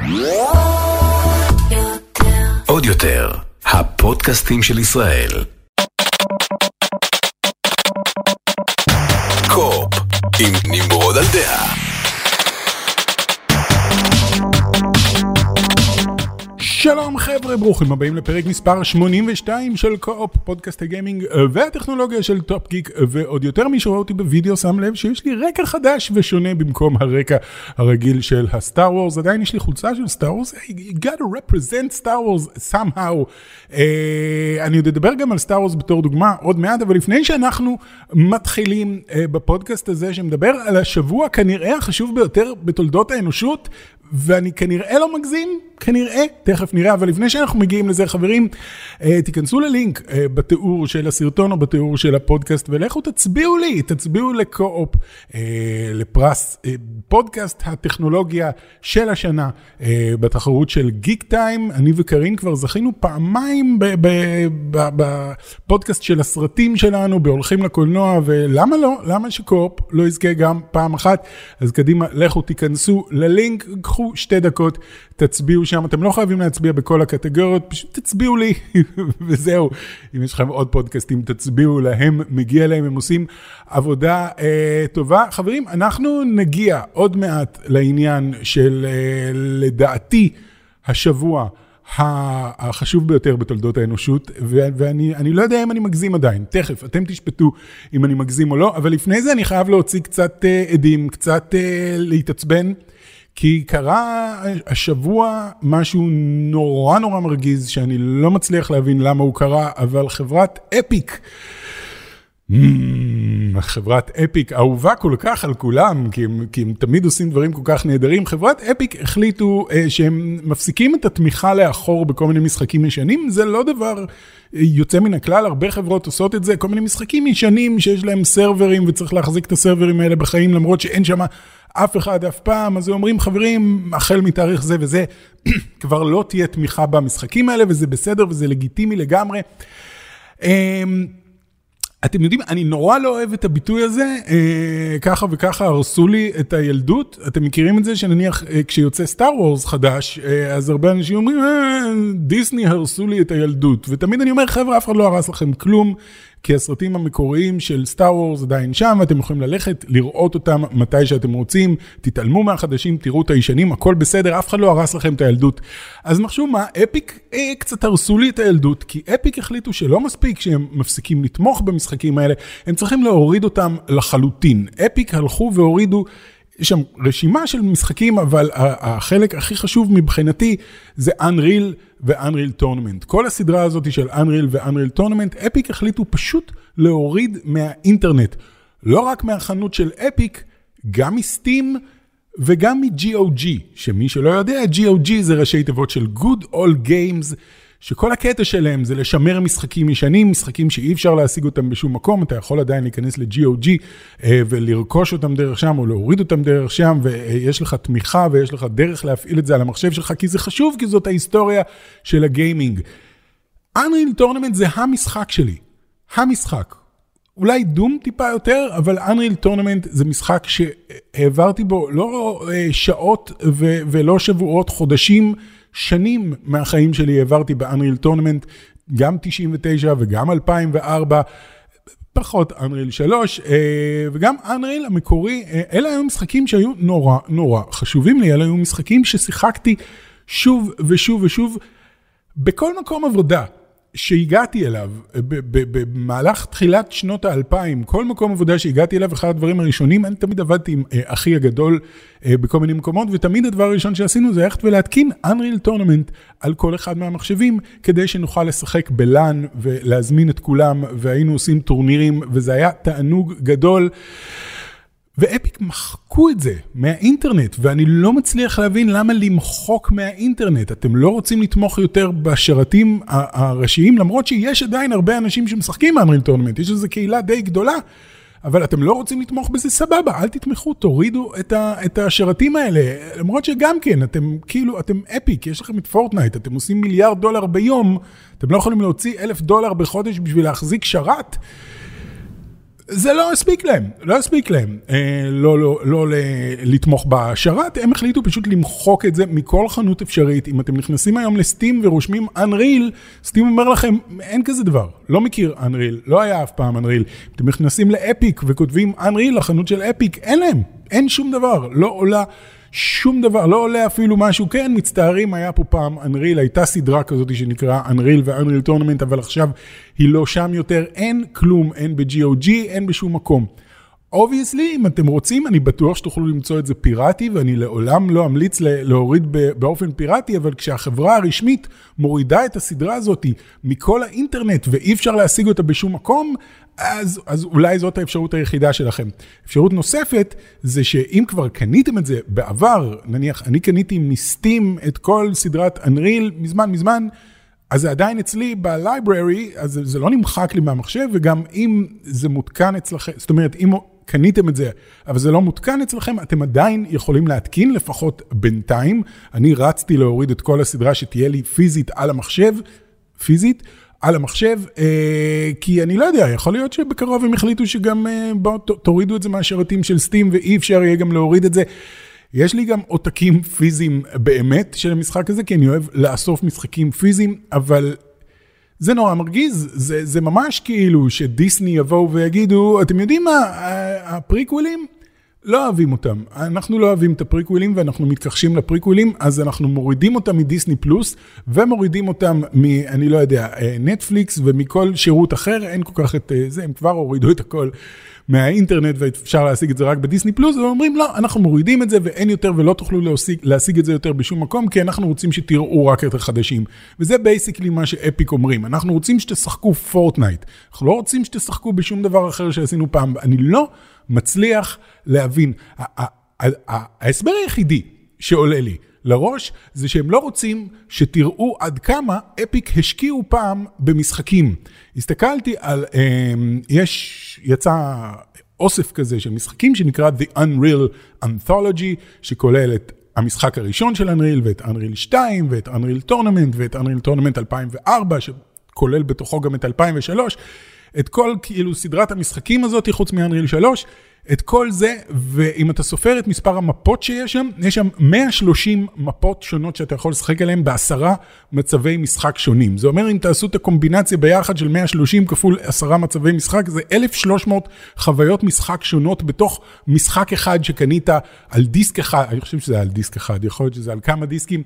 עוד יותר, הפודקאסטים של ישראל. קופ עם נמרוד על דעה. שלום חבר'ה, ברוכים הבאים לפרק מספר 82 של קופ, פודקאסט הגיימינג והטכנולוגיה של טופ גיק. ועוד יותר מי שראה אותי בווידאו שם לב שיש לי רקע חדש ושונה במקום הרקע הרגיל של הסטאר וורס. עדיין יש לי חולצה של סטאר וורס. You gotta represent סטאר וורס somehow. אני עוד אדבר גם על סטאר וורס בתור דוגמה עוד מעט, אבל לפני שאנחנו מתחילים בפודקאסט הזה שמדבר על השבוע כנראה החשוב ביותר בתולדות האנושות, ואני כנראה לא מגזים, כנראה, תכף נראה, אבל לפני שאנחנו מגיעים לזה, חברים, תיכנסו ללינק בתיאור של הסרטון או בתיאור של הפודקאסט, ולכו תצביעו לקו-אופ, לפרס פודקאסט הטכנולוגיה של השנה, בתחרות של גיק טיים. אני וקרין כבר זכינו פעמיים בפודקאסט של הסרטים שלנו, בהולכים לקולנוע, ולמה לא? למה שקו-אופ לא יזכה גם פעם אחת? אז קדימה, לכו תיכנסו ללינק, קחו 2 דקות, תצביעו שם. אתם לא חייבים להצביע בכל הקטגוריות, פשוט תצביעו לי, וזהו. אם יש לכם עוד פודקאסטים, תצביעו להם, מגיע להם, הם עושים עבודה טובה. חברים, אנחנו נגיע עוד מעט לעניין של, לדעתי, השבוע החשוב ביותר בתולדות האנושות, ואני לא יודע אם אני מגזים עדיין. תכף, אתם תשפטו אם אני מגזים או לא, אבל לפני זה אני חייב להוציא קצת עדים, קצת להתעצבן, כי קרה השבוע משהו נורא מרגיז, שאני לא מצליח להבין למה הוא קרה, אבל חברת אפיק, חברת אפיק, אהובה כל כך על כולם, כי הם תמיד עושים דברים כל כך נהדרים. חברת אפיק החליטו שהם מפסיקים את התמיכה לאחור בכל מיני משחקים ישנים. זה לא דבר יוצא מן הכלל, הרבה חברות עושות את זה, כל מיני משחקים ישנים שיש להם סרברים, וצריך להחזיק את הסרברים האלה בחיים, למרות שאין שם אף אחד אף פעם. אז אומרים, חברים, החל מתאריך זה וזה, כבר לא תהיה תמיכה במשחקים האלה, וזה בסדר וזה לגיטימי לגמרי. אתם יודעים, אני נורא לא אוהב את הביטוי הזה, ככה וככה הרסו לי את הילדות. אתם מכירים את זה שנניח כשיוצא סטאר וורס חדש, אז הרבה אנשים אומרים, דיסני הרסו לי את הילדות. ותמיד אני אומר, חבר'ה, אף אחד לא הרס לכם כלום, כי הסרטים המקוריים של סטאר וורס עדיין שם, ואתם יכולים ללכת, לראות אותם מתי שאתם רוצים, תתעלמו מהחדשים, תראו את הישנים, הכל בסדר, אף אחד לא הרס לכם את הילדות. אז נחשו מה, אפיק קצת הרסו לי את הילדות, כי אפיק החליטו שלא מספיק שהם מפסיקים לתמוך במשחקים האלה, הם צריכים להוריד אותם לחלוטין. אפיק הלכו והורידו, יש שם רשימה של משחקים, אבל החלק הכי חשוב מבחינתי זה Unreal ו-Unreal Tournament. כל הסדרה הזאת של Unreal ו-Unreal Tournament, אפיק החליטו פשוט להוריד מהאינטרנט. לא רק מהחנות של אפיק, גם מסטים וגם מ-GOG, שמי שלא יודע, GOG זה ראשי תיבות של Good Old Games, שכל הקטע שלהם זה לשמר משחקים ישנים, משחקים שאי אפשר להשיג אותם בשום מקום. אתה יכול עדיין להיכנס ל-GOG ולרכוש אותם דרך שם, או להוריד אותם דרך שם, ויש לך תמיכה ויש לך דרך להפעיל את זה על המחשב שלך, כי זה חשוב, כי זאת ההיסטוריה של הגיימינג. Unreal Tournament זה המשחק שלי. המשחק. אולי דום טיפה יותר, אבל Unreal Tournament זה משחק שהעברתי בו לא שעות ולא שבועות, חודשים, שנים מהחיים שלי העברתי ב-Unreal Tournament, גם 99 וגם 2004, פחות Unreal 3, וגם Unreal המקורי. אלה היו משחקים שהיו נורא חשובים לי, אלה היו משחקים ששיחקתי שוב ושוב ושוב, בכל מקום עבודה שהגעתי אליו, במהלך תחילת שנות ה-2000, כל מקום עבודה שהגעתי אליו, אחד הדברים הראשונים, אני תמיד עבדתי עם אחי הגדול בכל מיני מקומות, ותמיד הדבר הראשון שעשינו זה ללכת ולהתקין Unreal Tournament על כל אחד מהמחשבים, כדי שנוכל לשחק בלן ולהזמין את כולם, והיינו עושים טורנירים, וזה היה תענוג גדול. ואפיק מחקו את זה מהאינטרנט, ואני לא מצליח להבין למה למחוק מהאינטרנט. אתם לא רוצים לתמוך יותר בשרתים הראשיים, למרות שיש עדיין הרבה אנשים שמשחקים Unreal Tournament, יש איזו קהילה די גדולה, אבל אתם לא רוצים לתמוך בזה, סבבה, אל תתמכו, תורידו את השרתים האלה, למרות שגם כן, אתם כאילו, אתם אפיק, יש לכם את פורטנייט, אתם עושים $1 מיליארד ביום, אתם לא יכולים להוציא $1,000 בחודש בשביל להחזיק שרת. זה לא הספיק להם, לא לתמוך בשרת, הם החליטו פשוט למחוק את זה מכל חנות אפשרית. אם אתם נכנסים היום לסטים ורושמים Unreal, סטים אומר לכם, אין כזה דבר, לא מכיר Unreal, לא היה אף פעם Unreal. אתם נכנסים לאפיק וכותבים Unreal, לחנות של אפיק, אין להם, אין שום דבר, לא עולה שום דבר, לא עולה אפילו משהו, כן, מצטערים, היה פה פעם Unreal, הייתה סדרה כזאת שנקרא Unreal ו-Unreal Tournament, אבל עכשיו היא לא שם יותר, אין כלום, אין ב-GOG, אין בשום מקום. Obviously, אם אתם רוצים, אני בטוח שתוכלו למצוא את זה פיראטי, ואני לעולם לא אמליץ להוריד באופן פיראטי, אבל כשהחברה הרשמית מורידה את הסדרה הזאת מכל האינטרנט, ואי אפשר להשיג אותה בשום מקום, אז אולי זאת האפשרות היחידה שלכם. אפשרות נוספת, זה שאם כבר קניתם את זה בעבר, נניח, אני קניתי מסטים את כל סדרת Unreal מזמן, אז זה עדיין אצלי בלייבררי, אז זה לא נמחק לי מהמחשב, וגם אם זה מותקן אצלכם, זאת אומרת, אם קניתם את זה, אבל זה לא מותקן אצלכם, אתם עדיין יכולים להתקין, לפחות בינתיים. אני רצתי להוריד את כל הסדרה שתהיה לי פיזית על המחשב, כי אני לא יודע, יכול להיות שבקרוב הם החליטו שגם תורידו את זה מהשרתים של סטים, ואי אפשר יהיה גם להוריד את זה. יש לי גם עותקים פיזיים באמת של המשחק הזה, כי אני אוהב לאסוף משחקים פיזיים, אבל זה נורא מרגיז, זה ממש כאילו שדיסני יבואו ויגידו, אתם יודעים מה, הפריקווילים, לא אוהבים אותם. אנחנו לא אוהבים את הפריקווילים, ואנחנו מתכחשים לפריקווילים, אז אנחנו מורידים אותם מדיסני פלוס, ומורידים אותם אני לא יודע, נטפליקס, ומכל שירות אחר, אין כל כך את זה, הם כבר הורידו את הכל מהאינטרנט, ואפשר להשיג את זה רק בדיסני פלוס, ואומרים, לא, אנחנו מורידים את זה, ואין יותר, ולא תוכלו להשיג את זה יותר בשום מקום, כי אנחנו רוצים שתראו רק את החדשים. וזה בייסיקלי מה שאפיק אומרים. אנחנו רוצים שתשחקו פורטנייט. אנחנו לא רוצים שתשחקו בשום דבר אחר שעשינו פעם. אני לא מצליח להבין. ההסבר היחידי שעולה לי לראש, זה שהם לא רוצים שתראו עד כמה אפיק השקיעו פעם במשחקים. הסתכלתי על, יצא אוסף כזה של משחקים שנקרא The Unreal Anthology, שכולל את המשחק הראשון של Unreal, ואת Unreal 2, ואת Unreal Tournament, ואת Unreal Tournament 2004, שכולל בתוכו גם את 2003, את כל כאילו סדרת המשחקים הזאת, חוץ מ-Unreal 3, את כל זה, ואם אתה סופר את מספר המפות שיש שם, יש שם 130 מפות שונות שאתה יכול לשחק עליהן ב10 מצבי משחק שונים. זה אומר, אם תעשו את הקומבינציה ביחד של 130 כפול 10 מצבי משחק, זה 1,300 חוויות משחק שונות בתוך משחק אחד שקנית על דיסק אחד, אני חושב שזה על דיסק אחד, יכול להיות שזה על כמה דיסקים,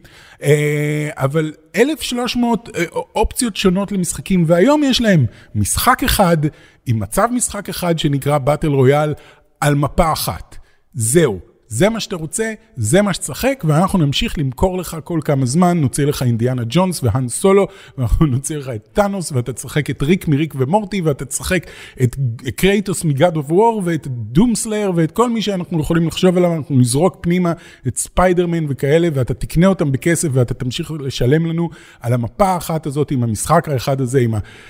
אבל 1,300 אופציות שונות למשחקים, והיום יש להם משחק אחד, עם מצב משחק אחד שנקרא באטל רויאל, על מפה אחת. זהו. זה מה שאתה רוצה, זה מה שצחק, ואנחנו נמשיך למכור לך כל כמה זמן, נוציא לך אינדיאנה ג'ונס והן סולו, ואנחנו נוציא לך את טאנוס, ואתה תשחק את ריק מריק ומורטי, ואתה תשחק את קרייטוס מגד אוף וור, ואת דומסלר, ואת כל מי שאנחנו יכולים לחשוב עליו, אנחנו נזרוק פנימה את ספיידרמן וכאלה, ואתה תקנה אותם בכסף, ואתה תמשיך לשלם לנו על המפה האחת הזאת, עם המשחק האחד הזה,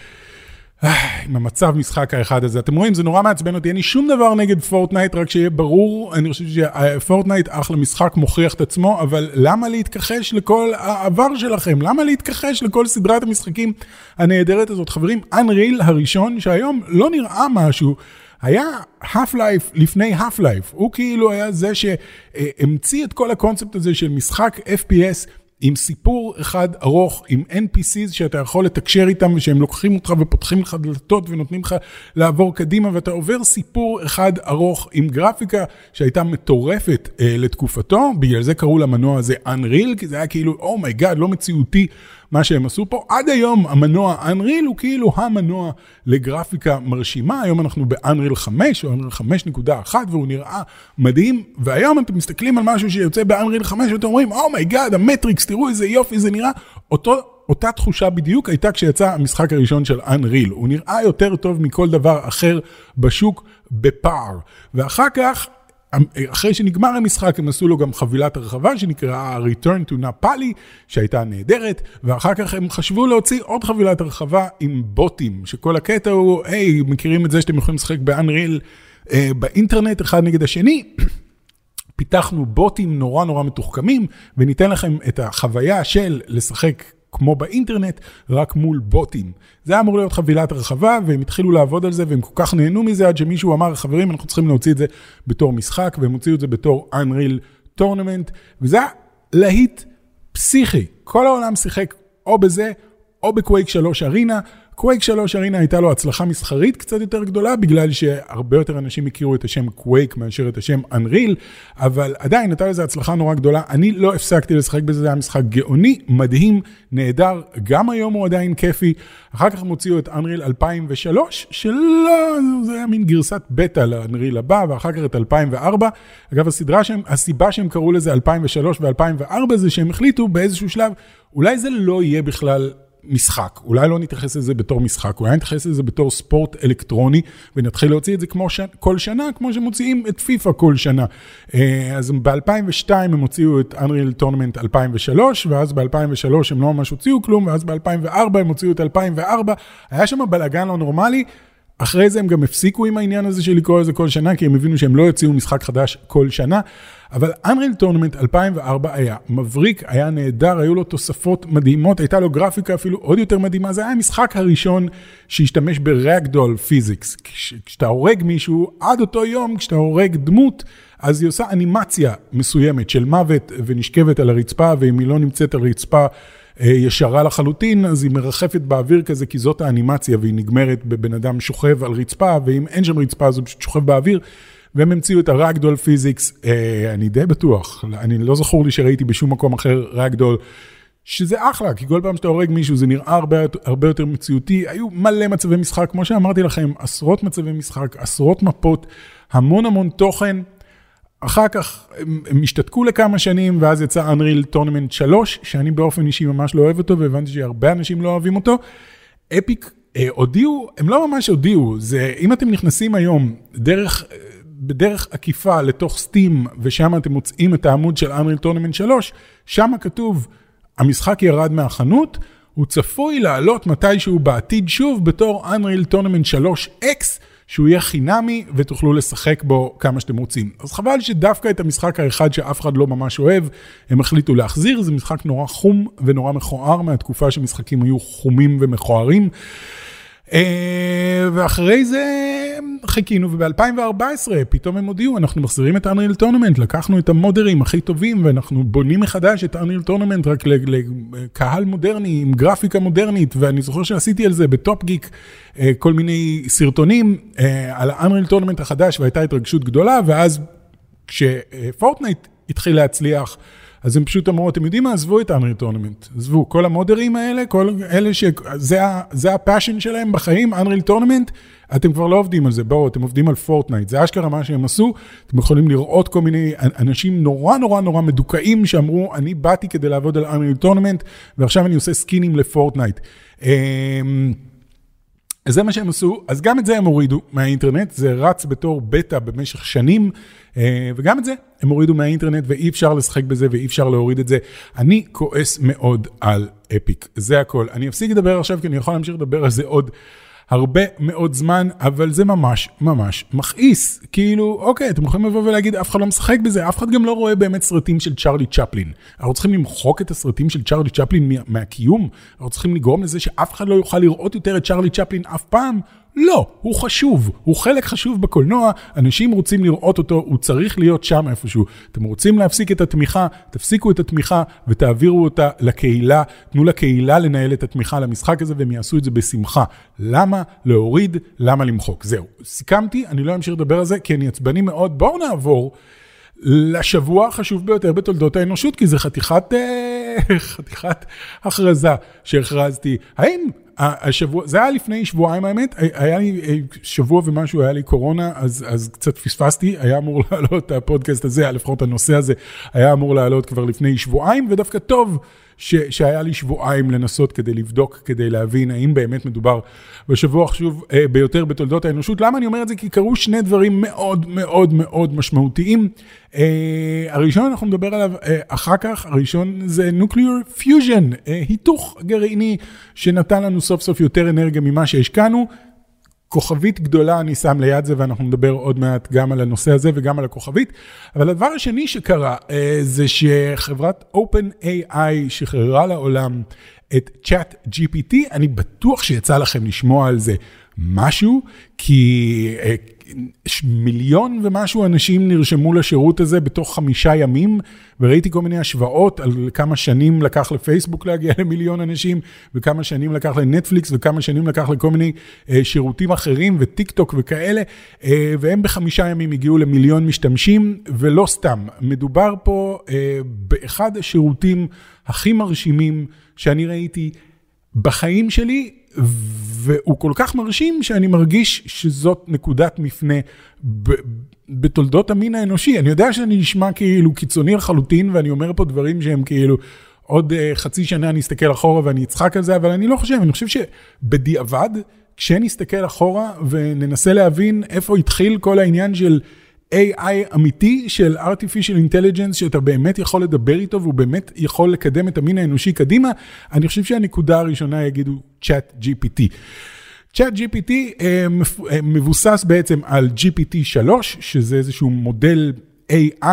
עם המצב משחק האחד הזה. אתם רואים, זה נורא מעצבן אותי. אין לי שום דבר נגד פורטנייט, רק שיהיה ברור, אני חושב שפורטנייט אחלה משחק מוכיח את עצמו, אבל למה להתכחש לכל העבר שלכם? למה להתכחש לכל סדרת המשחקים הנהדרת הזאת? חברים, Unreal הראשון, שהיום לא נראה משהו, היה Half-Life לפני Half-Life. הוא כאילו היה זה שהמציא את כל הקונספט הזה של משחק FPS, עם סיפור אחד ארוך, עם NPCs שאתה יכול לתקשר איתם, ושהם לוקחים אותך ופותחים לך דלתות, ונותנים לך לעבור קדימה, ואתה עובר סיפור אחד ארוך, עם גרפיקה שהייתה מטורפת לתקופתו, בגלל זה קראו למנוע הזה Unreal, כי זה היה כאילו, אומייגאד, לא מציאותי מה שהם עשו פה. עד היום המנוע Unreal הוא כאילו המנוע לגרפיקה מרשימה, היום אנחנו ב-Unreal 5 או Unreal 5.1, והוא נראה מדהים, והיום אתם מסתכלים על משהו שיוצא ב-Unreal 5, ואתם אומרים, אומייגאד, המטריקס, תראו איזה יופי זה נראה. אותה תחושה בדיוק הייתה כשיצא המשחק הראשון של Unreal. הוא נראה יותר טוב מכל דבר אחר בשוק בפער. ואחר כך, אחרי שנגמר המשחק, הם עשו לו גם חבילת הרחבה שנקראה Return to Napali, שהייתה נהדרת, ואחר כך הם חשבו להוציא עוד חבילת הרחבה עם בוטים, שכל הקטע הוא, היי, מכירים את זה שאתם יכולים לשחק ב-Unreal באינטרנט אחד נגד השני, פיתחנו בוטים נורא נורא מתוחכמים, וניתן לכם את החוויה של לשחק כמו באינטרנט, רק מול בוטים. זה אמור להיות חבילת הרחבה, והם התחילו לעבוד על זה, והם כל כך נהנו מזה, עד שמישהו אמר, חברים, אנחנו צריכים להוציא את זה בתור משחק, והם הוציאו את זה בתור Unreal Tournament, וזה היה להיט פסיכי. כל העולם שיחק או בזה, או בקווייק 3 ארינה. קווייק 3 ארינה הייתה לו הצלחה מסחרית קצת יותר גדולה, בגלל שהרבה יותר אנשים הכירו את השם קווייק מאשר את השם Unreal, אבל עדיין הייתה לזה הצלחה נורא גדולה. אני לא הפסקתי לשחק בזה, זה היה משחק גאוני, מדהים, נהדר, גם היום הוא עדיין כיפי. אחר כך הם הוציאו את Unreal 2003, שלא, זה היה מין גרסת בטא ל-Unreal הבא, ואחר כך את 2004. אגב, הסיבה שהם קראו לזה 2003 ו-2004 זה שהם החליטו באיזשהו שלב, אולי זה לא יהיה בכלל משחק, אולי לא נתייחס לזה בתור משחק, אולי נתייחס לזה בתור ספורט אלקטרוני, ונתחיל להוציא את זה כל שנה, כמו שמוציאים את פיפה כל שנה. אז ב-2002 הם הוציאו את Unreal Tournament 2003, ואז ב-2003 הם לא ממש הוציאו כלום, ואז ב-2004 הם הוציאו את 2004, היה שם בלגן לא נורמלי, אחרי זה הם גם הפסיקו עם העניין הזה של לקרוא לזה כל שנה, כי הם הבינו שהם לא יוציאו משחק חדש כל שנה, אבל Unreal Tournament 2004 היה מבריק, היה נהדר, היו לו תוספות מדהימות, הייתה לו גרפיקה אפילו עוד יותר מדהימה, זה היה המשחק הראשון שהשתמש ברגדול פיזיקס, כשאתה הורג מישהו, עד אותו יום כשאתה הורג דמות, אז היא עושה אנימציה מסוימת של מוות ונשכבת על הרצפה, ואם היא לא נמצאת על רצפה, ישרה לחלוטין, אז היא מרחפת באוויר כזה, כי זאת האנימציה, והיא נגמרת בבן אדם שוכב על רצפה, ואם אין שם רצפה, אז הוא פשוט שוכב באוויר, והם המציאו את הרגדול פיזיקס, אני די בטוח, אני לא זכור לי שראיתי בשום מקום אחר רגדול, שזה אחלה, כי כל פעם שאתה הורג מישהו, זה נראה הרבה יותר מציאותי, היו מלא מצבי משחק, כמו שאמרתי לכם, עשרות מצבי משחק, עשרות מפות, המון תוכן, אחר כך הם השתתקו לכמה שנים, ואז יצא Unreal Tournament 3, שאני באופן אישי ממש לא אוהב אותו, והבנתי שהרבה אנשים לא אוהבים אותו. אפיק הודיעו, הם לא ממש הודיעו, זה אם אתם נכנסים היום בדרך עקיפה לתוך סטים, ושם אתם מוצאים את העמוד של Unreal Tournament 3, שם כתוב, המשחק ירד מהחנות, הוא צפוי לעלות מתישהו בעתיד שוב, בתור Unreal Tournament 3X, שהוא יהיה חינמי ותוכלו לשחק בו כמה שאתם רוצים. אז חבל שדווקא את המשחק האחד שאף אחד לא ממש אוהב, הם החליטו להחזיר, זה משחק נורא חום ונורא מכוער, מהתקופה שמשחקים היו חומים ומכוערים. ואחרי זה חיכינו, וב-2014 פתאום הם הודיעו, אנחנו מחזירים את Unreal Tournament, לקחנו את המודרים הכי טובים, ואנחנו בונים מחדש את Unreal Tournament רק לקהל מודרני, עם גרפיקה מודרנית, ואני זוכר שעשיתי על זה בטופ גיק, כל מיני סרטונים על ה-Unreal Tournament החדש, והייתה התרגשות גדולה, ואז כשפורטנייט התחיל להצליח, אז הם פשוט אמרו, אתם יודעים מה? עזבו את Unreal Tournament. עזבו, כל המודרים האלה, כל אלה שזה הפאשן שלהם בחיים, Unreal Tournament, אתם כבר לא עובדים על זה. בואו, אתם עובדים על פורטנייט. זה אשכרה מה שהם עשו. אתם יכולים לראות כל מיני אנשים נורא מדוכאים שאמרו, אני באתי כדי לעבוד על Unreal Tournament, ועכשיו אני עושה סקינים לפורטנייט. אז זה מה שהם עשו, אז גם את זה הם הורידו מהאינטרנט, זה רץ בתור בטא במשך שנים, וגם את זה הם הורידו מהאינטרנט, ואי אפשר לשחק בזה, ואי אפשר להוריד את זה. אני כועס מאוד על אפיק, זה הכל. אני אפסיק לדבר עכשיו, כי אני יכול להמשיך לדבר על זה עוד הרבה מאוד זמן, אבל זה ממש מכעיס. כאילו, אוקיי, אתם יכולים לבוא ולהגיד, אף אחד לא משחק בזה, אף אחד גם לא רואה באמת סרטים של צ'רלי צ'פלין. אנחנו צריכים למחוק את הסרטים של צ'רלי צ'פלין מהקיום, אנחנו צריכים לגרום לזה שאף אחד לא יוכל לראות יותר את צ'רלי צ'פלין אף פעם. לא, הוא חשוב, הוא חלק חשוב בקולנוע, אנשים רוצים לראות אותו, הוא צריך להיות שם איפשהו. אתם רוצים להפסיק את התמיכה, תפסיקו את התמיכה ותעבירו אותה לקהילה, תנו לקהילה לנהל את התמיכה למשחק הזה, והם יעשו את זה בשמחה. למה להוריד, למה למחוק? זהו, סיכמתי, אני לא אמשיך לדבר על זה, כי אני עצבני מאוד. בואו נעבור לשבוע החשוב ביותר בתולדות האנושות, כי זה חתיכת הכרזה שהכרזתי. האם השבוע, זה היה לפני שבועיים האמת, היה לי שבוע ומשהו, היה לי קורונה, אז קצת פספסתי, היה אמור לעלות הפודקאסט הזה, לפחות הנושא הזה, היה אמור לעלות כבר לפני שבועיים, ודווקא טוב שהיה לי שבועיים לנסות כדי לבדוק, כדי להבין האם באמת מדובר בשבוע החשוב ביותר בתולדות האנושות. למה אני אומר את זה? כי קרו שני דברים מאוד משמעותיים. הראשון אנחנו נדבר עליו אחר כך, הראשון זה Nuclear Fusion, היתוך גרעיני שנתן לנו סוף סוף יותר אנרגיה ממה שהשקענו. כוכבית גדולה אני שם ליד זה, ואנחנו נדבר עוד מעט גם על הנושא הזה וגם על הכוכבית. אבל הדבר השני שקרה, זה שחברת OpenAI שחררה לעולם את ChatGPT. אני בטוח שיצא לכם לשמוע על זה משהו, כי מיליון ומשהו אנשים נרשמו לשירות הזה בתוך 5 ימים, וראיתי כל מיני השוואות על כמה שנים לקח לפייסבוק להגיע למיליון אנשים, וכמה שנים לקח לנטפליקס, וכמה שנים לקח לכל מיני שירותים אחרים, וטיק טוק וכאלה, והם ב5 ימים הגיעו למיליון משתמשים, ולא סתם. מדובר פה באחד השירותים הכי מרשימים שאני ראיתי בחיים שלי, והוא כל כך מרשים שאני מרגיש שזאת נקודת מפנה בתולדות המין האנושי. אני יודע שאני נשמע כאילו קיצוני לחלוטין, ואני אומר פה דברים שהם כאילו עוד חצי שנה אני אסתכל אחורה ואני אצחק על זה, אבל אני לא חושב, אני חושב שבדיעבד, כשנסתכל אחורה וננסה להבין איפה התחיל כל העניין של AI אמיתי, של Artificial Intelligence, שאתה באמת יכול לדבר איתו, והוא באמת יכול לקדם את המין האנושי קדימה, אני חושב שהנקודה הראשונה יגידו ChatGPT. ChatGPT מבוסס בעצם על GPT-3, שזה איזשהו מודל AI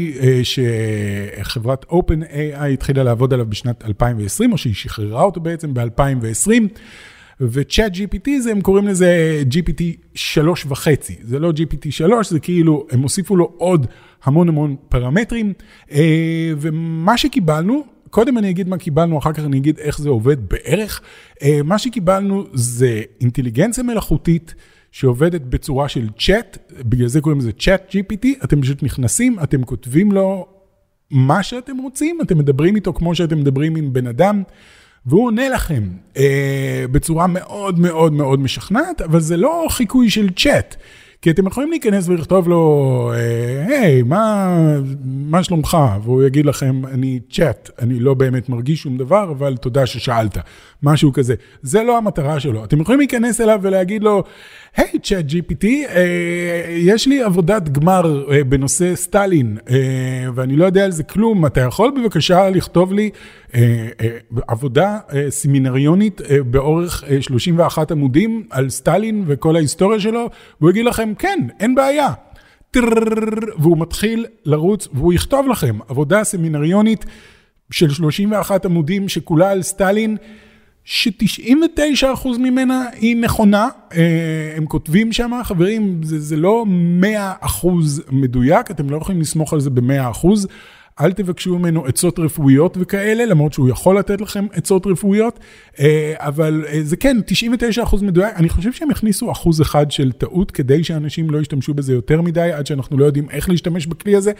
שחברת OpenAI התחילה לעבוד עליו בשנת 2020, או שהיא שחררה אותו בעצם ב-2020, וצ'אט GPT זה, הם קוראים לזה GPT 3.5, זה לא GPT 3, זה כאילו, הם הוסיפו לו עוד המון פרמטרים, ומה שקיבלנו, קודם אני אגיד מה קיבלנו, אחר כך אני אגיד איך זה עובד בערך, מה שקיבלנו זה אינטליגנציה מלאכותית, שעובדת בצורה של צ'אט, בגלל זה קוראים לזה צ'אט GPT, אתם פשוט נכנסים, אתם כותבים לו מה שאתם רוצים, אתם מדברים איתו כמו שאתם מדברים עם בן אדם, והוא עונה לכם בצורה מאוד משכנעת, אבל זה לא חיקוי של צ'אט, כי אתם יכולים להיכנס ולכתוב לו, היי, מה שלומך? והוא יגיד לכם, אני צ'אט, אני לא באמת מרגיש שום דבר, אבל תודה ששאלת, משהו כזה. זה לא המטרה שלו. אתם יכולים להיכנס אליו ולהגיד לו, היי, צ'אט GPT, יש לי עבודת גמר בנושא סטלין, ואני לא יודע על זה כלום, אתה יכול בבקשה לכתוב לי עבודה סמינריונית באורך 31 עמודים על סטלין וכל ההיסטוריה שלו, והוא יגיד לכם, כן, אין בעיה. והוא מתחיל לרוץ, והוא יכתוב לכם עבודה סמינריונית של 31 עמודים שכולה על סטלין, ש99% ממנה היא נכונה, הם כותבים שם, חברים, זה לא 100% מדויק, אתם לא יכולים לסמוך על זה ב100%, אל תבקשו ממנו עצות רפואיות וכאלה, למרות שהוא יכול לתת לכם עצות רפואיות, אבל זה כן, 99% מדויק, אני חושב שהם הכניסו 1% של טעות, כדי שאנשים לא ישתמשו בזה יותר מדי, עד שאנחנו לא יודעים איך להשתמש בכלי הזה,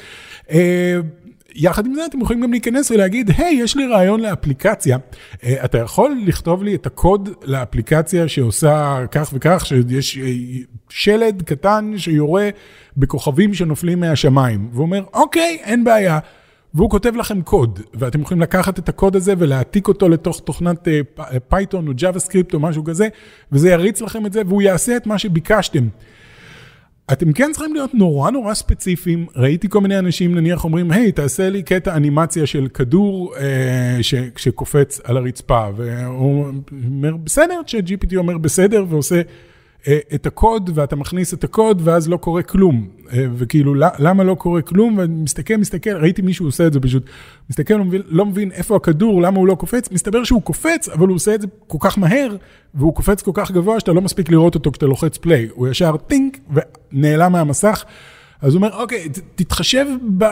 יחד עם זה אתם יכולים גם להיכנס ולהגיד, היי, יש לי רעיון לאפליקציה, אתה יכול לכתוב לי את הקוד לאפליקציה שעושה כך וכך, שיש שלד קטן שיורה בכוכבים שנופלים מהשמיים, והוא אומר, אוקיי, אין בעיה, והוא כותב לכם קוד, ואתם יכולים לקחת את הקוד הזה ולהעתיק אותו לתוך תוכנת פייתון או JavaScript או משהו כזה, וזה יריץ לכם את זה, והוא יעשה את מה שביקשתם. אתם כן צריכים להיות נורא ספציפיים, ראיתי כל מיני אנשים נניח אומרים, היי, תעשה לי קטע אנימציה של כדור שקופץ על הרצפה, והוא אומר, בסדר, ChatGPT אומר בסדר, ועושה את הקוד, ואתה מכניס את הקוד, ואז לא קורה כלום, וכאילו, למה לא קורה כלום? ומסתכל, ראיתי מישהו עושה את זה פשוט, מסתכל, לא מבין איפה הכדור, למה הוא לא קופץ, מסתבר שהוא קופץ, אבל הוא עושה את זה כל כך מהר, והוא קופץ כל כך גבוה, שאתה לא מספיק לראות אותו כשאתה לוחץ פליי, הוא ישר טינק, ונעלם מהמסך, אז הוא אומר, אוקיי, תתחשב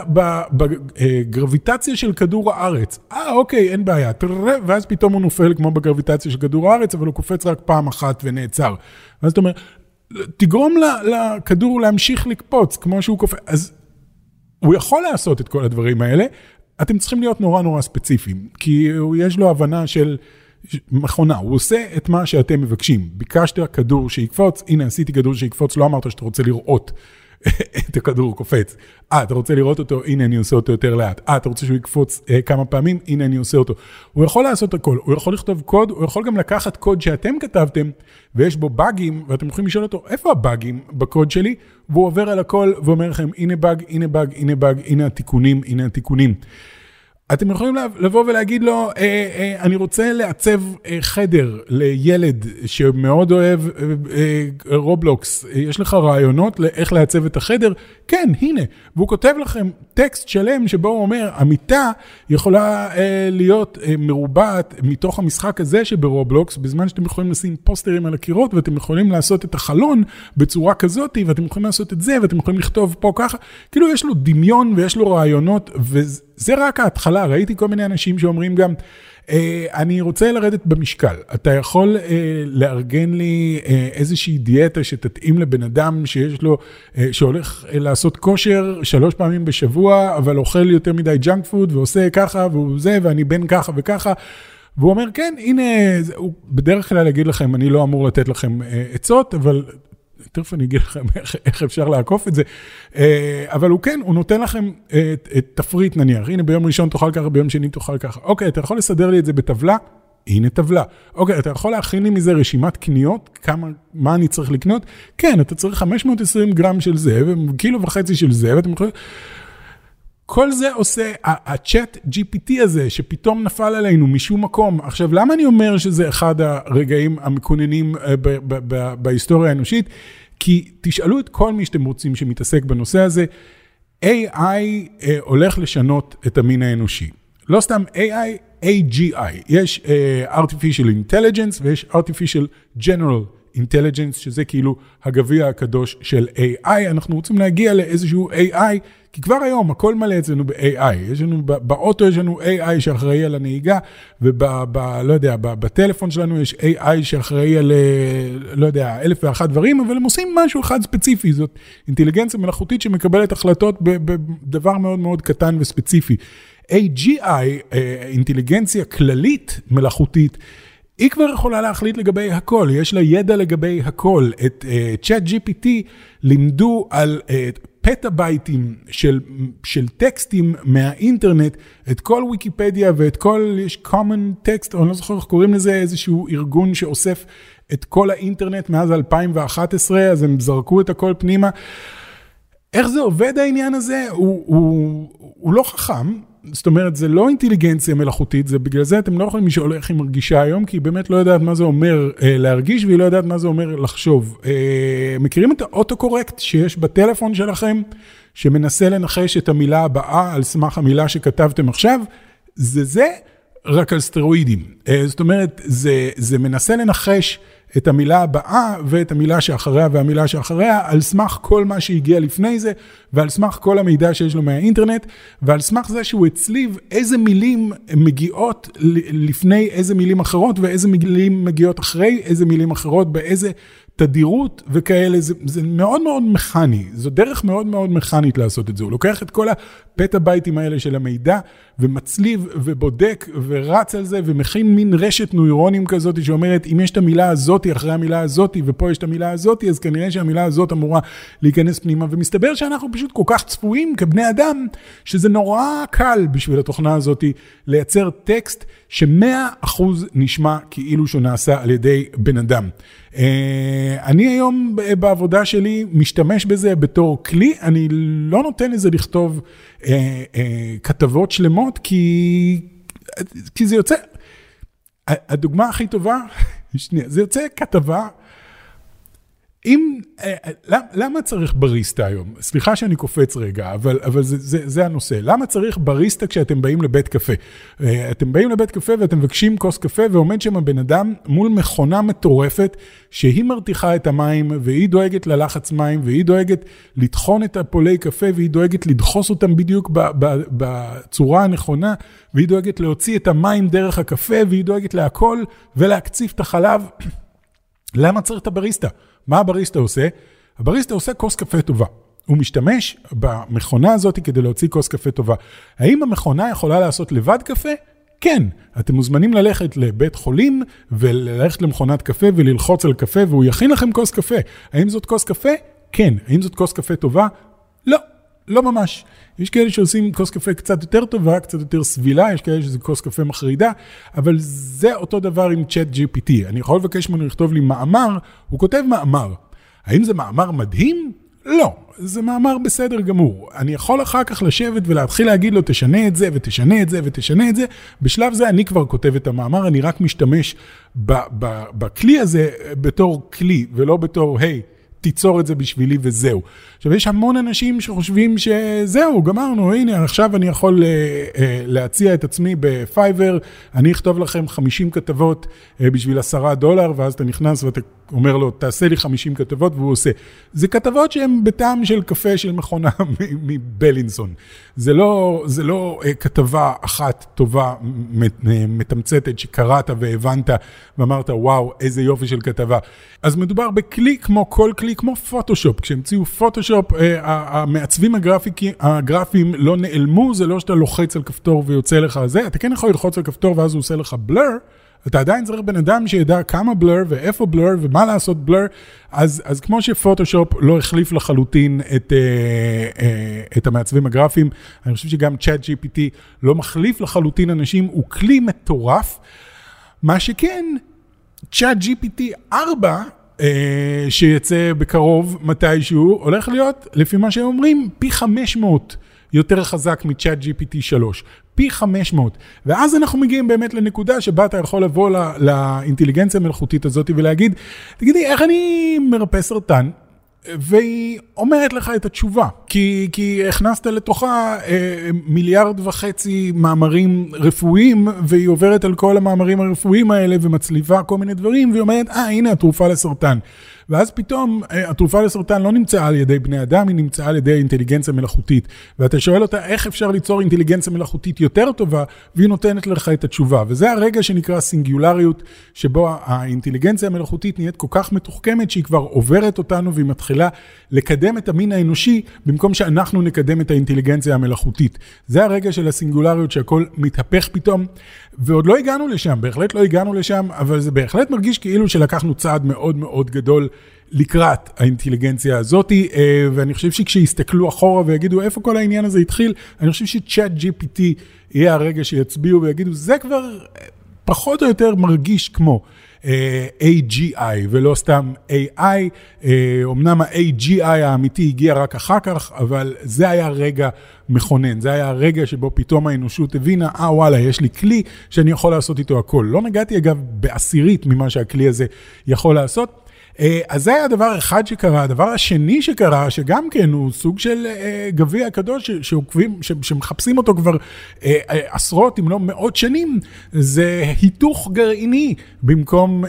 בגרביטציה של כדור הארץ. אוקיי, אין בעיה. ואז פתאום הוא נופל כמו בגרביטציה של כדור הארץ, אבל הוא קופץ רק פעם אחת ונעצר. ואז אתה אומר, תגרום לכדור להמשיך לקפוץ כמו שהוא קופץ. אז הוא יכול לעשות את כל הדברים האלה. אתם צריכים להיות נורא ספציפיים, כי יש לו הבנה של מכונה. הוא עושה את מה שאתם מבקשים. ביקשת כדור שיקפוץ, הנה עשיתי כדור שיקפוץ, לא אמרת שאתה רוצה לראות את הכדור קופץ. אתה רוצה לראות אותו? הנה אני עושה אותו יותר לאט. אתה רוצה שהוא יקפוץ כמה פעמים? הנה אני עושה אותו. הוא יכול לעשות הכל. הוא יכול לכתוב קוד, הוא יכול גם לקחת קוד שאתם כתבתם, ויש בו באגים, ואתם יכולים לשאול אותו, איפה הבאגים בקוד שלי? והוא עובר על הכל, ואומר לכם, הנה באג, הנה באג, הנה באג, הנה התיקונים, הנה התיקונים. אתם יכולים לבוא ולהגיד לו, אני רוצה לעצב חדר לילד שמאוד אוהב רובלוקס, יש לך רעיונות לאיך לעצב את החדר? כן, הנה. והוא כותב לכם טקסט שלם שבו הוא אומר, המיטה יכולה להיות מרובעת מתוך המשחק הזה שברובלוקס, בזמן שאתם יכולים לשים פוסטרים על הקירות, ואתם יכולים לעשות את החלון בצורה כזאת, ואתם יכולים לעשות את זה, ואתם יכולים לכתוב פה ככה. כאילו יש לו דמיון ויש לו רעיונות, וזה רק ההתחלה. ראיתי כל מיני אנשים שאומרים גם, אני רוצה לרדת במשקל. אתה יכול לארגן לי איזושהי דיאטה שתתאים לבן אדם שיש לו, שהולך לעשות כושר 3 פעמים בשבוע, אבל אוכל יותר מדי ג'אנק פוד, ועושה ככה, והוא זה, ואני בן ככה וככה. והוא אומר, כן, הנה, הוא בדרך כלל להגיד לכם, אני לא אמור לתת לכם עצות, אבל תכף אני אגיד לכם איך אפשר לעקוף את זה, אבל הוא כן, הוא נותן לכם תפריט נניח, הנה ביום ראשון תאכל ככה, ביום שני תאכל ככה, אוקיי, אתה יכול לסדר לי את זה בטבלה? הנה טבלה. אוקיי, אתה יכול להכין לי מזה רשימת קניות, מה אני צריך לקנות? כן, אתה צריך 520 גרם של זה, וקילו וחצי של זה, ואתם יכולים... כל זה עושה, הצ'אט GPT הזה, שפתאום נפל עלינו משום מקום. עכשיו, למה אני אומר שזה אחד הרגעים המקוננים בהיסטוריה האנושית? כי תשאלו את כל מי שאתם רוצים שמתעסק בנושא הזה, AI הולך לשנות את המין האנושי. לא סתם AI, AGI. יש Artificial Intelligence ויש Artificial General Intelligence, שזה כאילו הגביע הקדוש של AI. אנחנו רוצים להגיע לאיזשהו AI, כי כבר היום הכל מלא אצלנו ב-AI. יש לנו, באוטו יש לנו AI שאחראי על הנהיגה, לא יודע, בטלפון שלנו יש AI שאחראי על, לא יודע, 1001 דברים, אבל הם עושים משהו אחד ספציפי. זאת אינטליגנציה מלאכותית שמקבלת החלטות בדבר מאוד מאוד קטן וספציפי. AGI, אינטליגנציה כללית מלאכותית, היא כבר יכולה להחליט לגבי הכל, יש לה ידע לגבי הכל. את צ'אט GPT לימדו על פטאבייטים של טקסטים מהאינטרנט, את כל ויקיפדיה ואת כל, יש common text, או אני לא זוכר איך קוראים לזה, איזשהו ארגון שאוסף את כל האינטרנט מאז 2011, אז הם זרקו את הכל פנימה. איך זה עובד העניין הזה? הוא לא חכם, זאת אומרת, זה לא אינטליגנציה מלאכותית, זה בגלל זה אתם לא יכולים לשאול איך היא מרגישה היום, כי היא באמת לא יודעת מה זה אומר להרגיש, והיא לא יודעת מה זה אומר לחשוב. מכירים את האוטו-קורקט שיש בטלפון שלכם, שמנסה לנחש את המילה הבאה על סמך המילה שכתבתם עכשיו? זה רק על סטרואידים. זאת אומרת, זה מנסה לנחש את המילה הבאה ואת המילה שאחריה והמילה שאחריה, על סמך כל מה שהגיע לפני זה, ועל סמך כל המידע שיש לו מהאינטרנט, ועל סמך זה שהוא הצליב איזה מילים מגיעות לפני איזה מילים אחרות, ואיזה מילים מגיעות אחרי איזה מילים אחרות, באיזה תדירות וכאלה. זה מאוד מאוד מכני, זו דרך מאוד מאוד מכנית לעשות את זה. הוא לוקח את כל הפטאבייטים האלה של המידע, ומצליב ובודק ורץ על זה, ומכין מין רשת נוירונים כזאת, שאומרת, אם יש את המילה הזאת אחרי המילה הזאת, ופה יש את המילה הזאת, אז כנראה שהמילה הזאת אמורה להיכנס פנימה, ומסתבר שאנחנו פשוט כל כך צפויים כבני אדם, שזה נורא קל בשביל התוכנה הזאת, לייצר טקסט ש100% נשמע כאילו שהוא נעשה על ידי בן אדם. אני היום בעבודה שלי משתמש בזה בתור כלי, אני לא נותן לזה לכתוב כתבות שלמות, כי זה יוצא, הדוגמה הכי טובה, זה יוצא כתבה, למה צריך בריסטה היום? סליחה שאני קופץ רגע, אבל זה הנושא. למה צריך בריסטה כשאתם באים לבית קפה? אתם באים לבית קפה ואתם מבקשים כוס קפה, ועומד שם הבן אדם מול מכונה מטורפת, שהיא מרתיחה את המים, והיא דואגת ללחץ מים, והיא דואגת לדחון את הפולי קפה, והיא דואגת לדחוס אותם בדיוק בצורה הנכונה, והיא דואגת להוציא את המים דרך הקפה, והיא דואגת להכל ולהקציף את החלב. למה צריך את הבריסטה? מה הבריסטה עושה? הבריסטה עושה כוס קפה טובה. הוא משתמש במכונה הזאת כדי להוציא כוס קפה טובה. האם המכונה יכולה לעשות לבד קפה? כן. אתם מוזמנים ללכת לבית חולים וללכת למכונת קפה וללחוץ על קפה והוא יכין לכם כוס קפה. האם זאת כוס קפה? כן. האם זאת כוס קפה טובה? לא. לא ממש. יש כאלה שעושים כוס קפה קצת יותר טובה, קצת יותר סבילה, יש כאלה שזה כוס קפה מחרידה, אבל זה אותו דבר עם צ'אט GPT. אני יכול לבקש ממנו לכתוב לי מאמר, הוא כותב מאמר. האם זה מאמר מדהים? לא, זה מאמר בסדר גמור. אני יכול אחר כך לשבת ולהתחיל להגיד לו, תשנה את זה ותשנה את זה ותשנה את זה. בשלב זה אני כבר כותב את המאמר, אני רק משתמש בכלי הזה בתור כלי, ולא בתור, היי, תיצור את זה בשבילי וזהו. עכשיו, יש המון אנשים שחושבים שזהו, גמרנו, הנה, עכשיו אני יכול להציע את עצמי בפייבר, אני אכתוב לכם 50 כתבות בשביל $10, ואז אתה נכנס ואתה אומר לו, תעשה לי 50 כתבות, והוא עושה. זה כתבות שהן בטעם של קפה של מכונה מבלינסון. זה לא כתבה אחת טובה, מתמצתת, שקראת והבנת, ואמרת, וואו, איזה יופי של כתבה. אז מדובר בכלי כמו כל כלי, כמו פוטושופ. כשהמציאו פוטושופ, המעצבים הגרפיים לא נעלמו, זה לא שאתה לוחץ על כפתור ויוצא לך זה, אתה כן יכול ללחוץ על כפתור ואז הוא עושה לך בלר, אתה עדיין צריך בן אדם שידע כמה בלר ואיפה בלר ומה לעשות בלר, אז כמו שפוטושופ לא החליף לחלוטין את המעצבים הגרפיים, אני חושב שגם צ'אט GPT לא מחליף לחלוטין אנשים, הוא כלי מטורף, מה שכן, צ'אט GPT 4, שיצא בקרוב מתישהו, הולך להיות, לפי מה שהם אומרים, פי 500 יותר חזק מצ'אט GPT 3. פי 500. ואז אנחנו מגיעים באמת לנקודה שבה אתה יכול לבוא לאינטליגנציה המלאכותית הזאת ולהגיד, תגידי, איך אני מרפא סרטן? והיא אומרת לך את התשובה, כי הכנסת לתוכה 1.5 מיליארד מאמרים רפואיים, והיא עוברת על כל המאמרים הרפואיים האלה, ומצליבה כל מיני דברים, והיא אומרת, הנה התרופה לסרטן. ואז פתאום התרופה לסרטן לא נמצאה על ידי בני אדם, היא נמצאה על ידי אינטליגנציה מלאכותית. ואתה שואל אותה, איך אפשר ליצור אינטליגנציה מלאכותית יותר טובה, והיא נותנת לך את התשובה. וזה הרגע שנקרא סינגולריות, שבו האינטליגנציה המלאכותית נהיית כל כך מתוחכמת, שהיא כבר עוברת אותנו, והיא מתחילה לקדם את המין האנושי, במקום שאנחנו נקדם את האינטליגנציה המלאכותית. זה הרגע של הסינגולריות, שהכל מתהפך פתאום, ועוד לא הגענו לשם, בהחלט לא הגענו לשם, אבל זה בהחלט מרגיש כאילו שלקחנו צעד מאוד מאוד גדול לקראת האינטליגנציה הזאת, ואני חושב שכשיסתכלו אחורה ויגידו איפה כל העניין הזה התחיל, אני חושב שצ'אט GPT יהיה הרגע שיצביעו ויגידו, זה כבר פחות או יותר מרגיש כמו AGI ולא סתם AI, אמנם ה-AGI האמיתי הגיע רק אחר כך, אבל זה היה רגע מכונן, זה היה הרגע שבו פתאום האנושות הבינה, וואלה, יש לי כלי שאני יכול לעשות איתו הכל. לא נגעתי אגב בעשירית ממה שהכלי הזה יכול לעשות, אז זה היה הדבר אחד שקרה. הדבר השני שקרה, שגם כן הוא סוג של גביע הקדוש שמחפשים אותו כבר עשרות אם לא מאות שנים, זה היתוך גרעיני במקום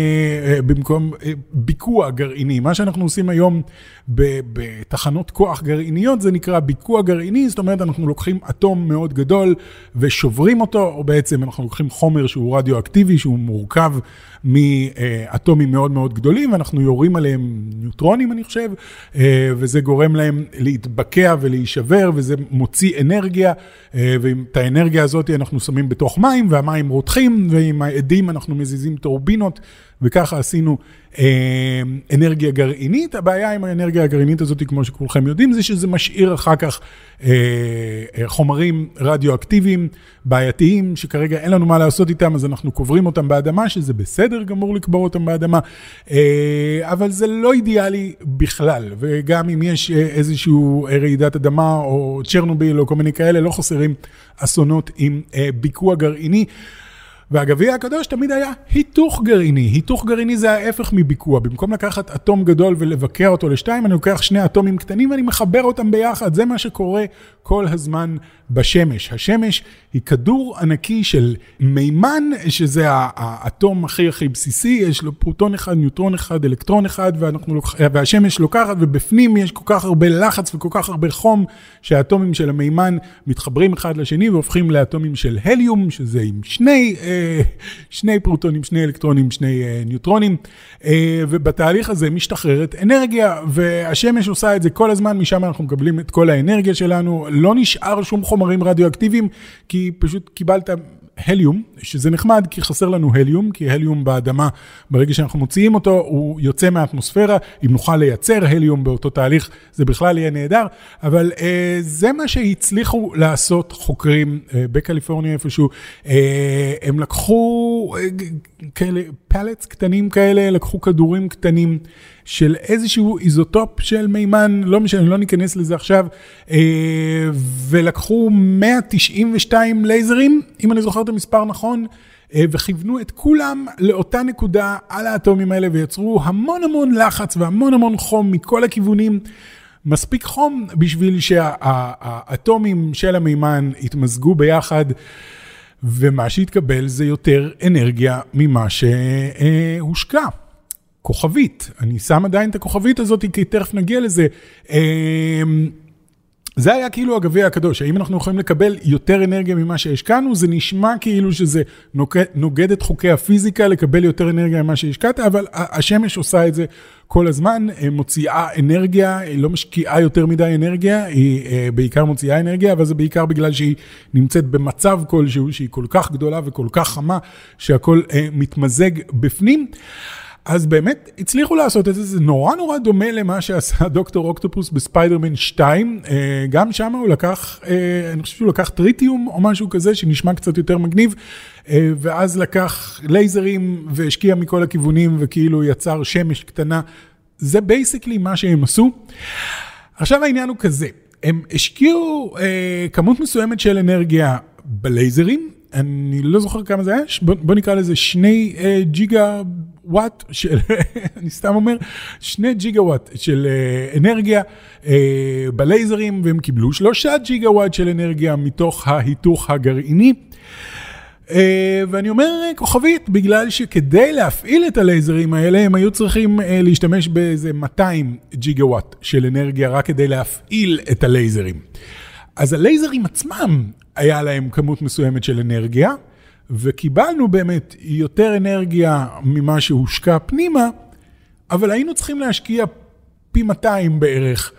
ביקוע גרעיני. מה שאנחנו עושים היום בתחנות כוח גרעיניות זה נקרא ביקוע גרעיני, זאת אומרת אנחנו לוקחים אטום מאוד גדול ושוברים אותו, או בעצם אנחנו לוקחים חומר שהוא רדיואקטיבי, שהוא מורכב מאטומים מאוד מאוד גדולים, ואנחנו יורים עליהם ניוטרונים אני חושב, וזה גורם להם להתבקע ולהישבר, וזה מוציא אנרגיה, ואת האנרגיה הזאת אנחנו שמים בתוך מים, והמים רותחים, ועם העדים אנחנו מזיזים טורבינות, וככה עשינו אנרגיה גרעינית. הבעיה עם האנרגיה הגרעינית הזאת, כמו שכולכם יודעים, זה שזה משאיר אחר כך חומרים רדיואקטיביים, בעייתיים, שכרגע אין לנו מה לעשות איתם, אז אנחנו קוברים אותם באדמה, שזה בסדר גמור לקבור אותם באדמה, אבל זה לא אידיאלי בכלל, וגם אם יש איזשהו רעידת אדמה, או צ'רנוביל, או כל מיני כאלה, לא חסרים אסונות עם ביקוע גרעיני, והגביע הקדוש תמיד היה היתוך גרעיני. היתוך גרעיני זה ההפך מביקוע. במקום לקחת אטום גדול ולבקע אותו לשתיים, אני לוקח שני אטומים קטנים ואני מחבר אותם ביחד. זה מה שקורה כל הזמן בשמש. השמש היא כדור ענקי של מימן, שזה האטום הכי בסיסי, יש לו פרוטון אחד, ניוטרון אחד, אלקטרון אחד, והשמש לוקחת, ובפנים יש כל כך הרבה לחץ וכל כך הרבה חום, שהאטומים של המימן מתחברים אחד לשני, והופכים לאטומים של הליום, שזה עם שני פרוטונים, שני אלקטרונים, שני ניוטרונים, ובתהליך הזה משתחררת אנרגיה, והשמש עושה את זה כל הזמן, משם אנחנו מקבלים את כל האנרגיה שלנו, לא נשאר שום חומרים רדיואקטיביים, כי פשוט קיבלת הליום, שזה נחמד כי חסר לנו הליום, כי הליום באדמה, ברגע שאנחנו מוציאים אותו, הוא יוצא מהאטמוספירה, אם נוכל לייצר הליום באותו תהליך, זה בכלל יהיה נהדר, אבל זה מה שהצליחו לעשות חוקרים בקליפורניה איפשהו, הם לקחו כאלה פלטס קטנים כאלה, לקחו כדורים קטנים של איזשהו איזוטופ של מימן, לא משנה, לא ניכנס לזה עכשיו, ולקחו 192 לייזרים, אם אני זוכר את המספר נכון, וכיוונו את כולם לאותה נקודה על האטומים האלה, ויצרו המון המון לחץ והמון המון חום מכל הכיוונים, מספיק חום בשביל שהאטומים של המימן יתמזגו ביחד, ומה שהתקבל זה יותר אנרגיה ממה שהושקע. כוכבית, אני שם עדיין את הכוכבית הזאת, כי תכף נגיע לזה. זה היה כאילו הגביע הקדוש, האם אנחנו יכולים לקבל יותר אנרגיה ממה שהשקענו, זה נשמע כאילו שזה נוגד את חוקי הפיזיקה, לקבל יותר אנרגיה ממה שהשקעת, אבל השמש עושה את זה כל הזמן, מוציאה אנרגיה, היא לא משקיעה יותר מדי אנרגיה, היא בעיקר מוציאה אנרגיה, אבל זה בעיקר בגלל שהיא נמצאת במצב כלשהו, שהיא כל כך גדולה וכל כך חמה, שהכל מתמזג בפנים. אז באמת הצליחו לעשות את זה, זה נורא נורא דומה למה שעשה דוקטור אוקטופוס בספיידרמן 2, גם שם הוא לקח, אני חושב שהוא לקח טריטיום או משהו כזה שנשמע קצת יותר מגניב, ואז לקח לייזרים והשקיע מכל הכיוונים וכאילו יצר שמש קטנה, זה בייסיקלי מה שהם עשו. עכשיו העניין הוא כזה, הם השקיעו כמות מסוימת של אנרגיה בלייזרים, אני לא זוכר כמה זה היה, בוא נקרא לזה 2 ג'יגה וואט של, אני סתם אומר, 2 ג'יגה וואט של אנרגיה בלייזרים, והם קיבלו 3 ג'יגה וואט של אנרגיה מתוך ההיתוך הגרעיני. ואני אומר כוכבית, בגלל שכדי להפעיל את הלייזרים האלה, הם היו צריכים להשתמש באיזה 200 ג'יגה וואט של אנרגיה, רק כדי להפעיל את הלייזרים. אז הלייזרים עצמם היה להם כמות מסוימת של אנרגיה, וקיבלנו באמת יותר אנרגיה ממה שהושקע פנימה, אבל היינו צריכים להשקיע פי 200 בערך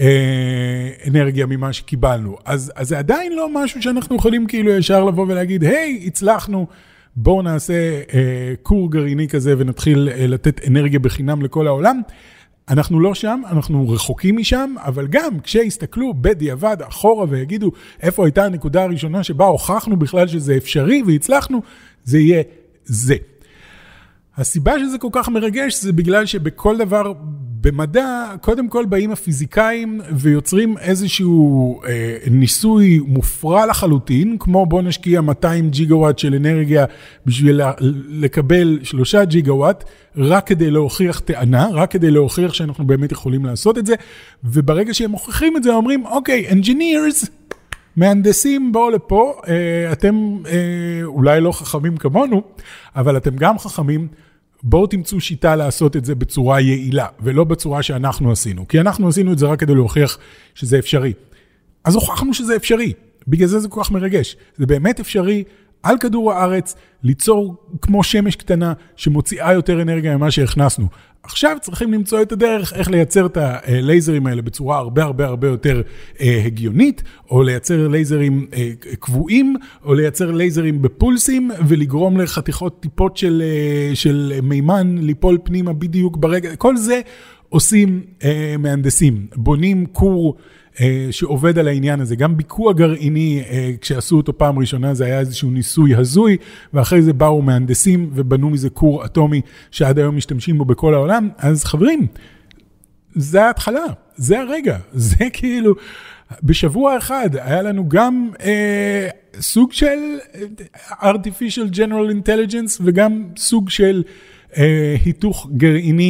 אנרגיה ממה שקיבלנו. אז זה עדיין לא משהו שאנחנו יכולים כאילו ישר לבוא ולהגיד, היי, הצלחנו, בואו נעשה קור גרעיני כזה ונתחיל לתת אנרגיה בחינם לכל העולם. אנחנו לא שם, אנחנו רחוקים משם, אבל גם כשיסתכלו בדיעבד אחורה ויגידו איפה הייתה הנקודה הראשונה שבה הוכחנו בכלל שזה אפשרי והצלחנו, זה יהיה זה. הסיבה שזה כל כך מרגש זה בגלל שבכל דבר במדע, קודם כל באים הפיזיקאים ויוצרים איזשהו ניסוי מופרע לחלוטין, כמו בוא נשקיע 200 ג'יגה וואט של אנרגיה בשביל לקבל 3 ג'יגה וואט, רק כדי להוכיח טענה, רק כדי להוכיח שאנחנו באמת יכולים לעשות את זה, וברגע שהם מוכיחים את זה, אומרים, אוקיי, engineers, מהנדסים בואו לפה, אתם אולי לא חכמים כמונו, אבל אתם גם חכמים, בואו תמצאו שיטה לעשות את זה בצורה יעילה, ולא בצורה שאנחנו עשינו, כי אנחנו עשינו את זה רק כדי להוכיח שזה אפשרי. אז הוכחנו שזה אפשרי, בגלל זה כל כך מרגש. זה באמת אפשרי על כדור הארץ, ליצור כמו שמש קטנה שמוציאה יותר אנרגיה ממה שהכנסנו. עכשיו צריכים למצוא את הדרך איך לייצר את הלייזרים האלה בצורה הרבה הרבה הרבה יותר הגיונית, או לייצר לייזרים קבועים, או לייצר לייזרים בפולסים, ולגרום לחתיכות טיפות של מימן ליפול פנימה בדיוק ברגע. כל זה עושים מהנדסים, בונים קור שעובד על העניין הזה. גם ביקוע גרעיני, כשעשו אותו פעם ראשונה, זה היה איזשהו ניסוי הזוי, ואחרי זה באו מהנדסים ובנו מזה קור אטומי שעד היום משתמשים בו בכל העולם. אז חברים, זה ההתחלה, זה הרגע, זה כאילו, בשבוע אחד היה לנו גם סוג של artificial general intelligence, וגם סוג של היתוך גרעיני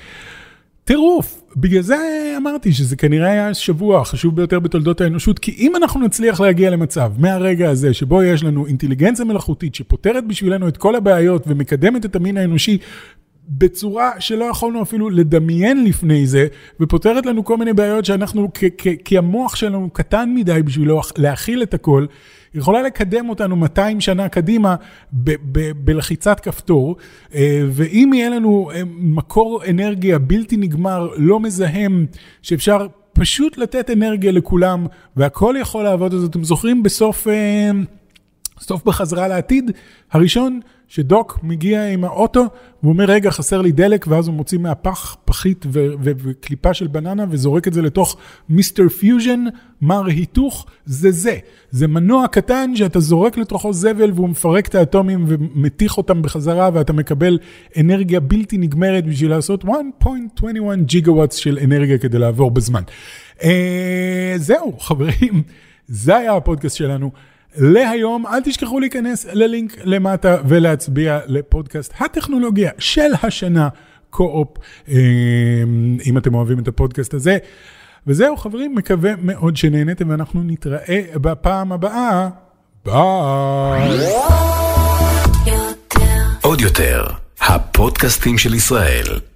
טירוף. בגלל זה אמרתי שזה כנראה היה שבוע החשוב ביותר בתולדות האנושות, כי אם אנחנו נצליח להגיע למצב מהרגע הזה שבו יש לנו אינטליגנציה מלאכותית שפותרת בשבילנו את כל הבעיות ומקדמת את המין האנושי בצורה שלא יכולנו אפילו לדמיין לפני זה, ופותרת לנו כל מיני בעיות שאנחנו, כי המוח שלנו קטן מדי בשביל להכיל את הכל, יכולה לקדם אותנו 200 שנה קדימה בלחיצת כפתור, ואם יהיה לנו מקור אנרגיה בלתי נגמר, לא מזהם, שאפשר פשוט לתת אנרגיה לכולם, והכל יכול לעבוד, אז אתם זוכרים בסוף בחזרה לעתיד, הראשון שדוק מגיע עם האוטו, והוא אומר, רגע, חסר לי דלק, ואז הוא מוציא מהפח, פחית וקליפה של בננה, וזורק את זה לתוך מיסטר פיוז'ן, מר היתוך, זה מנוע קטן שאתה זורק לתוכו זבל, והוא מפרק את האטומים ומתיך אותם בחזרה, ואתה מקבל אנרגיה בלתי נגמרת בשביל לעשות 1.21 ג'יגוואטס של אנרגיה כדי לעבור בזמן. זהו, חברים, זה היה הפודקאסט שלנו. להיום, אל תשכחו להיכנס ללינק למטה ולהצביע לפודקאסט הטכנולוגיה של השנה קו-אופ, אם אתם אוהבים את הפודקאסט הזה. וזהו חברים, מקווה מאוד שנהנתם ואנחנו נתראה בפעם הבאה. ביי. עוד יותר, הפודקאסטים של ישראל.